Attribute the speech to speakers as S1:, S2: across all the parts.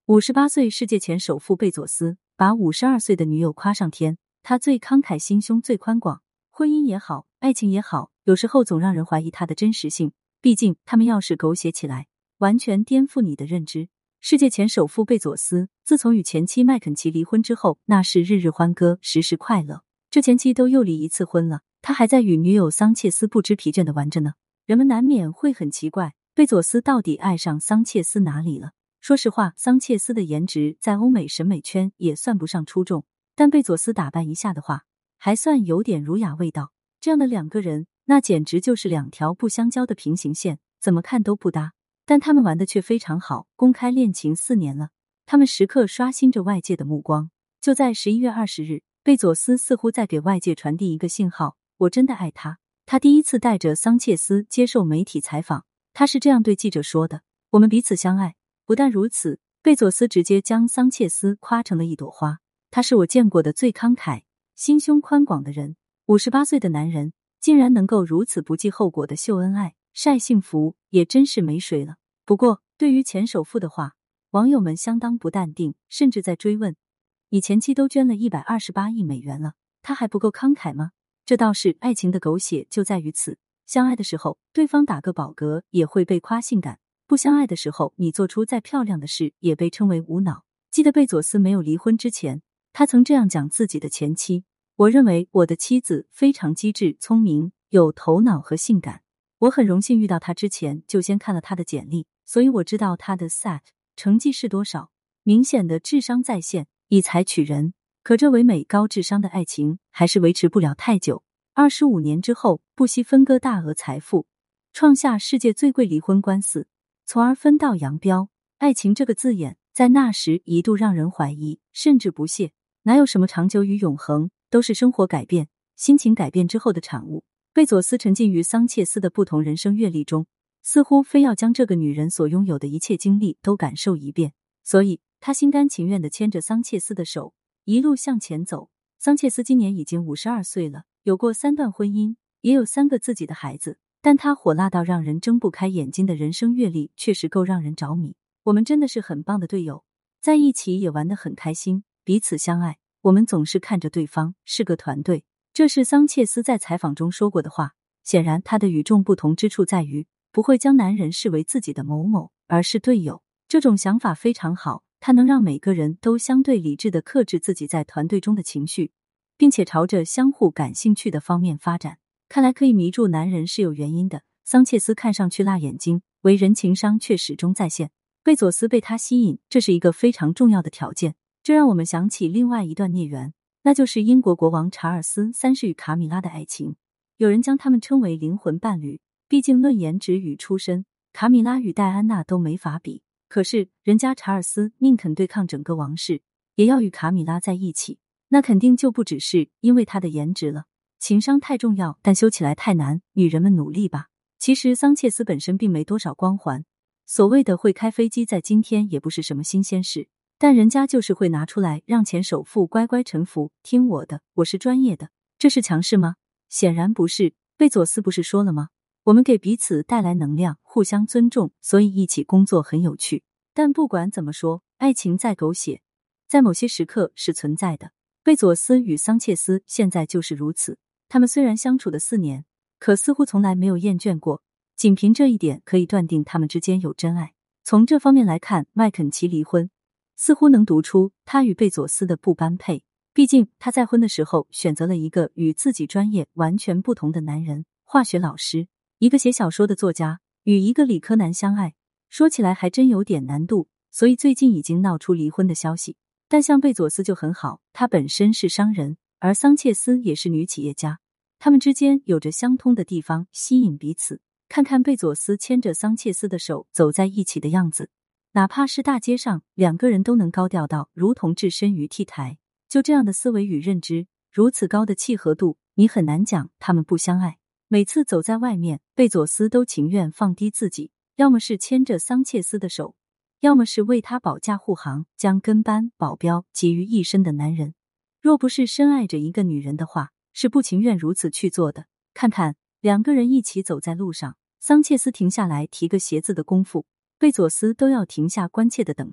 S1: 58岁世界前首富贝佐斯把52岁的女友夸上天，他最慷慨，心胸最宽广，婚姻也好，爱情也好，有时候总让人怀疑他的真实性，毕竟他们要是狗血起来，完全颠覆你的认知。世界前首富贝佐斯自从与前妻麦肯齐离婚之后，那是日日欢歌，时时快乐。这前妻都又离一次婚了，他还在与女友桑切斯不知疲倦地玩着呢。人们难免会很奇怪，贝佐斯到底爱上桑切斯哪里了？说实话，桑切斯的颜值在欧美审美圈也算不上出众，但贝佐斯打扮一下的话，还算有点儒雅味道。这样的两个人，那简直就是两条不相交的平行线，怎么看都不搭。但他们玩的却非常好，公开恋情4年了，他们时刻刷新着外界的目光。就在11月20日，贝佐斯似乎在给外界传递一个信号：我真的爱他。他第一次带着桑切斯接受媒体采访，他是这样对记者说的：我们彼此相爱。不但如此，贝佐斯直接将桑切斯夸成了一朵花，他是我见过的最慷慨、心胸宽广的人。58岁的男人竟然能够如此不计后果的秀恩爱、晒幸福，也真是没水了。不过，对于前首富的话，网友们相当不淡定，甚至在追问：你前妻都捐了128亿美元了，他还不够慷慨吗？这倒是爱情的狗血就在于此，相爱的时候，对方打个饱嗝也会被夸性感。不相爱的时候，你做出再漂亮的事也被称为无脑。记得贝佐斯没有离婚之前，他曾这样讲自己的前妻：我认为我的妻子非常机智、聪明、有头脑和性感。我很荣幸遇到她之前就先看了她的简历，所以我知道她的 SAT 成绩是多少，明显的智商在线，以才取人。可这唯美高智商的爱情还是维持不了太久。25年之后，不惜分割大额财富，创下世界最贵离婚官司，从而分道扬镳。爱情这个字眼在那时一度让人怀疑，甚至不屑。哪有什么长久与永恒，都是生活改变、心情改变之后的产物。贝佐斯沉浸于桑切斯的不同人生阅历中，似乎非要将这个女人所拥有的一切经历都感受一遍，所以他心甘情愿地牵着桑切斯的手一路向前走。桑切斯今年已经52岁了，有过3段婚姻，也有3个自己的孩子，但他火辣到让人睁不开眼睛的人生阅历确实够让人着迷。我们真的是很棒的队友，在一起也玩得很开心，彼此相爱，我们总是看着对方，是个团队。这是桑切斯在采访中说过的话。显然他的与众不同之处在于，不会将男人视为自己的某某，而是队友。这种想法非常好，它能让每个人都相对理智地克制自己在团队中的情绪，并且朝着相互感兴趣的方面发展。看来可以迷住男人是有原因的。桑切斯看上去辣眼睛，为人情商却始终在线。贝佐斯被他吸引，这是一个非常重要的条件。这让我们想起另外一段孽缘，那就是英国国王查尔斯3世与卡米拉的爱情。有人将他们称为灵魂伴侣，毕竟论颜值与出身，卡米拉与戴安娜都没法比。可是人家查尔斯宁肯对抗整个王室，也要与卡米拉在一起，那肯定就不只是因为她的颜值了。情商太重要，但修起来太难，女人们努力吧。其实桑切斯本身并没多少光环，所谓的会开飞机在今天也不是什么新鲜事，但人家就是会拿出来让前首富乖乖臣服，听我的，我是专业的。这是强势吗？显然不是。贝佐斯不是说了吗？我们给彼此带来能量，互相尊重，所以一起工作很有趣。但不管怎么说，爱情再狗血，在某些时刻是存在的。贝佐斯与桑切斯现在就是如此。他们虽然相处的4年，可似乎从来没有厌倦过，仅凭这一点可以断定他们之间有真爱。从这方面来看，麦肯齐离婚似乎能读出他与贝佐斯的不般配。毕竟他再婚的时候选择了一个与自己专业完全不同的男人，化学老师。一个写小说的作家与一个理科男相爱，说起来还真有点难度，所以最近已经闹出离婚的消息。但像贝佐斯就很好，他本身是商人，而桑切斯也是女企业家，他们之间有着相通的地方，吸引彼此。看看贝佐斯牵着桑切斯的手走在一起的样子，哪怕是大街上，两个人都能高调到如同置身于 T 台。就这样的思维与认知，如此高的契合度，你很难讲他们不相爱。每次走在外面，贝佐斯都情愿放低自己，要么是牵着桑切斯的手，要么是为他保驾护航，将跟班保镖集于一身的男人。若不是深爱着一个女人的话，是不情愿如此去做的。看看两个人一起走在路上，桑切斯停下来提个鞋子的功夫，贝佐斯都要停下关切地等他。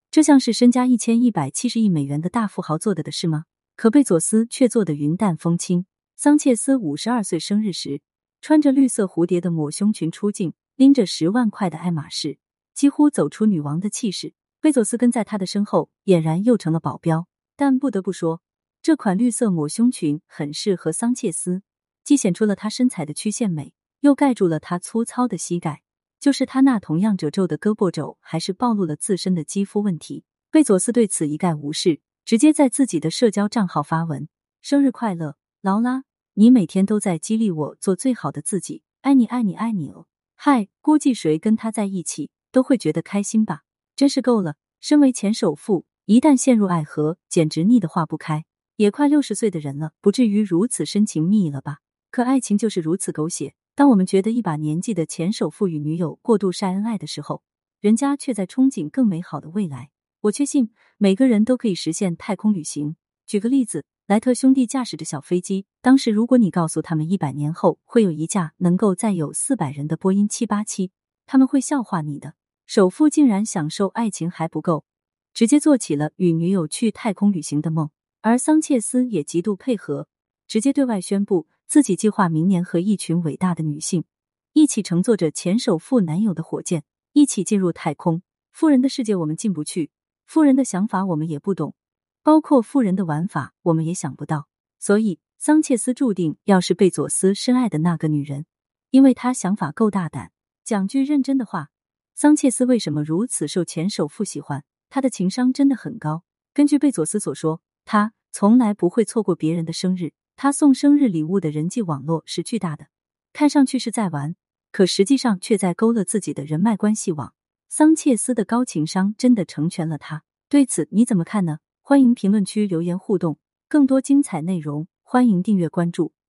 S1: 这像是身家1170亿美元的大富豪做的事吗？可贝佐斯却做得云淡风轻。桑切斯52岁生日时，穿着绿色蝴蝶的抹胸裙出镜，拎着10万块的爱马仕，几乎走出女王的气势。贝佐斯跟在他的身后，俨然又成了保镖。但不得不说，这款绿色抹胸裙很适合桑切斯，既显出了他身材的曲线美，又盖住了他粗糙的膝盖。就是他那同样褶皱的胳膊肘，还是暴露了自身的肌肤问题。贝佐斯对此一概无视，直接在自己的社交账号发文：生日快乐，劳拉，你每天都在激励我做最好的自己，爱你爱你爱你哦。嗨，估计谁跟他在一起都会觉得开心吧。真是够了，身为前首富，一旦陷入爱河，简直腻得化不开。也快60岁的人了，不至于如此深情蜜意了吧？可爱情就是如此狗血。当我们觉得一把年纪的前首富与女友过度晒恩爱的时候，人家却在憧憬更美好的未来。我确信每个人都可以实现太空旅行。举个例子，莱特兄弟驾驶着小飞机，当时如果你告诉他们100年后会有一架能够载有400人的波音787，他们会笑话你的。首富竟然享受爱情还不够，直接做起了与女友去太空旅行的梦。而桑切斯也极度配合，直接对外宣布自己计划明年和一群伟大的女性一起乘坐着前首富男友的火箭，一起进入太空。富人的世界我们进不去，富人的想法我们也不懂，包括富人的玩法我们也想不到。所以桑切斯注定要是贝佐斯深爱的那个女人，因为她想法够大胆。讲句认真的话，桑切斯为什么如此受前首富喜欢？他的情商真的很高。根据贝佐斯所说，他从来不会错过别人的生日，他送生日礼物的人际网络是巨大的，看上去是在玩，可实际上却在勾勒自己的人脉关系网。桑切斯的高情商真的成全了他。对此你怎么看呢？欢迎评论区留言互动，更多精彩内容欢迎订阅关注。